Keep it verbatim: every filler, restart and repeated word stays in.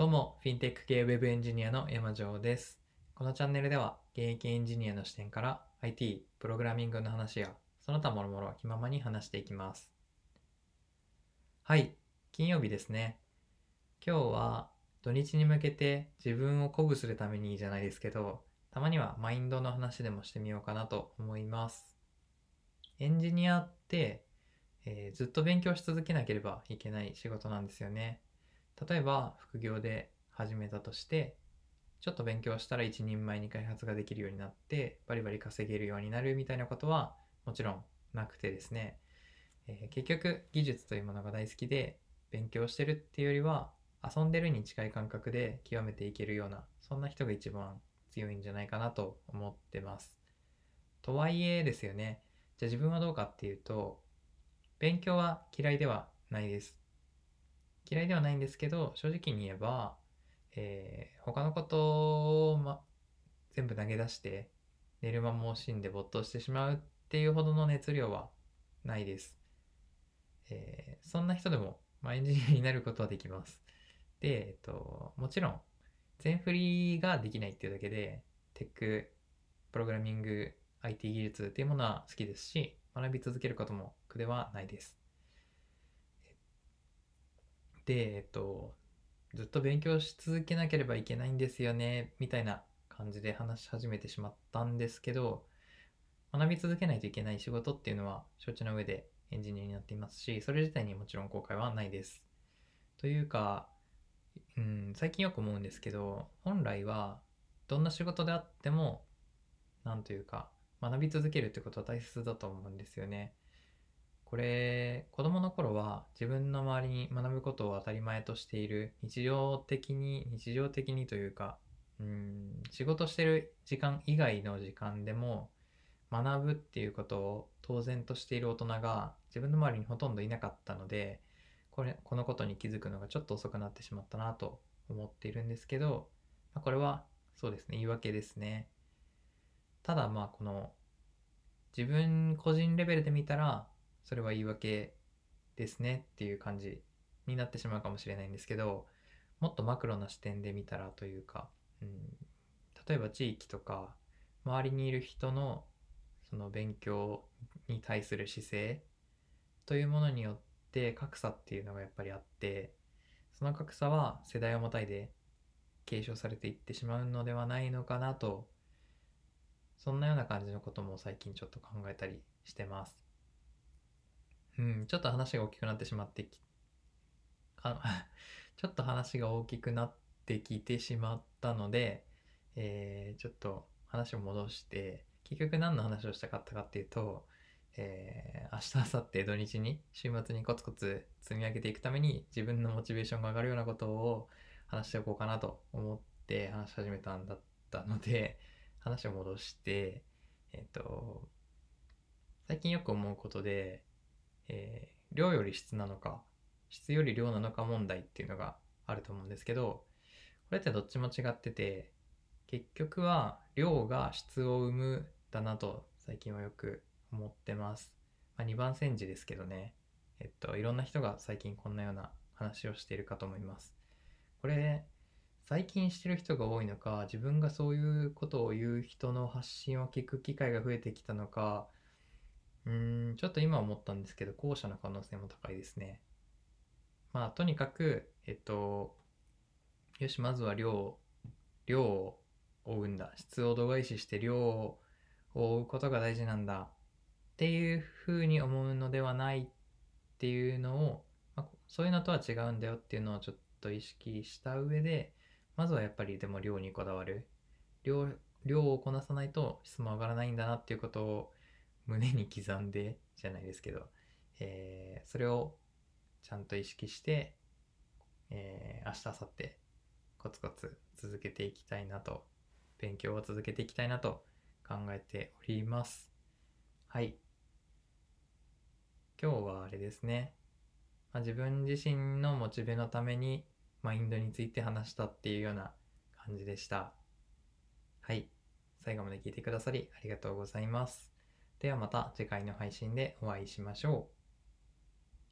どうも、フィンテック系ウェブエンジニアの山城です。このチャンネルでは、現役エンジニアの視点から アイティー、プログラミングの話や、その他諸々気ままに話していきます。はい、金曜日ですね。今日は土日に向けて自分を鼓舞するためにじゃないですけど、たまにはマインドの話でもしてみようかなと思います。エンジニアって、えーずっと勉強し続けなければいけない仕事なんですよね。例えば、副業で始めたとして、ちょっと勉強したら一人前に開発ができるようになってバリバリ稼げるようになるみたいなことはもちろんなくてですね、えー結局技術というものが大好きで勉強してるっていうよりは遊んでるに近い感覚で極めていけるような、そんな人が一番強いんじゃないかなと思ってます。とはいえですよね、じゃあ自分はどうかっていうと、勉強は嫌いではないです。嫌いではないんですけど、正直に言えば、えー他のことを、ま、全部投げ出して寝る間も惜しんで没頭してしまうっていうほどの熱量はないです。えーそんな人でも、まあ、エンジニアになることはできます。で、えっと、もちろん全振りができないっていうだけで、テック、プログラミング、アイティー 技術っていうものは好きですし、学び続けることも苦ではないです。で、えっと、ずっと勉強し続けなければいけないんですよね、みたいな感じで話し始めてしまったんですけど、学び続けないといけない仕事っていうのは承知の上でエンジニアになっていますし、それ自体にもちろん後悔はないです。というか、うん、最近よく思うんですけど、本来はどんな仕事であっても、なんというか、学び続けるってことは大切だと思うんですよね。これ、子供の頃は自分の周りに学ぶことを当たり前としている、日常的に、日常的にというか、うん、仕事してる時間以外の時間でも、学ぶっていうことを当然としている大人が自分の周りにほとんどいなかったので、これ、このことに気づくのがちょっと遅くなってしまったなと思っているんですけど、まあ、これはそうですね、言い訳ですね。ただまあこの自分個人レベルで見たら、それは言い訳ですねっていう感じになってしまうかもしれないんですけど、もっとマクロな視点で見たらというか、うん、例えば地域とか周りにいる人のその勉強に対する姿勢というものによって格差っていうのがやっぱりあって、その格差は世代をまたいで継承されていってしまうのではないのかなと、そんなような感じのことも最近ちょっと考えたりしてます。うん、ちょっと話が大きくなってしまってき、かちょっと話が大きくなってきてしまったので、えーちょっと話を戻して、結局何の話をしたかったかっていうと、えー明日、明後日、土日に、週末にコツコツ積み上げていくために、自分のモチベーションが上がるようなことを話しておこうかなと思って話し始めたんだったので、話を戻して、えっと、最近よく思うことで、えー量より質なのか、質より量なのか問題っていうのがあると思うんですけど、これってどっちも違ってて、結局は量が質を生むだなと最近はよく思ってます。まあ、にばん煎じですけどね。えっと、いろんな人が最近こんなような話をしているかと思います。これ、最近してる人が多いのか、自分がそういうことを言う人の発信を聞く機会が増えてきたのか、うーん、ちょっと今思ったんですけど、後者の可能性も高いですね。まあ、とにかく、えっと、よし、まずは量、量を追うんだ。質を度外視して量を追うことが大事なんだ。っていうふうに思うのではないっていうのを、まあ、そういうのとは違うんだよっていうのをちょっと意識した上で、まずはやっぱりでも量にこだわる。量、量をこなさないと質も上がらないんだなっていうことを胸に刻んでじゃないですけど、えーそれをちゃんと意識して、えー明日、明後日、コツコツ続けていきたいなと、勉強を続けていきたいなと考えております。はい。今日はあれですね。まあ、自分自身のモチベのためにマインドについて話したっていうような感じでした。はい。最後まで聞いてくださりありがとうございます。ではまた次回の配信でお会いしましょう。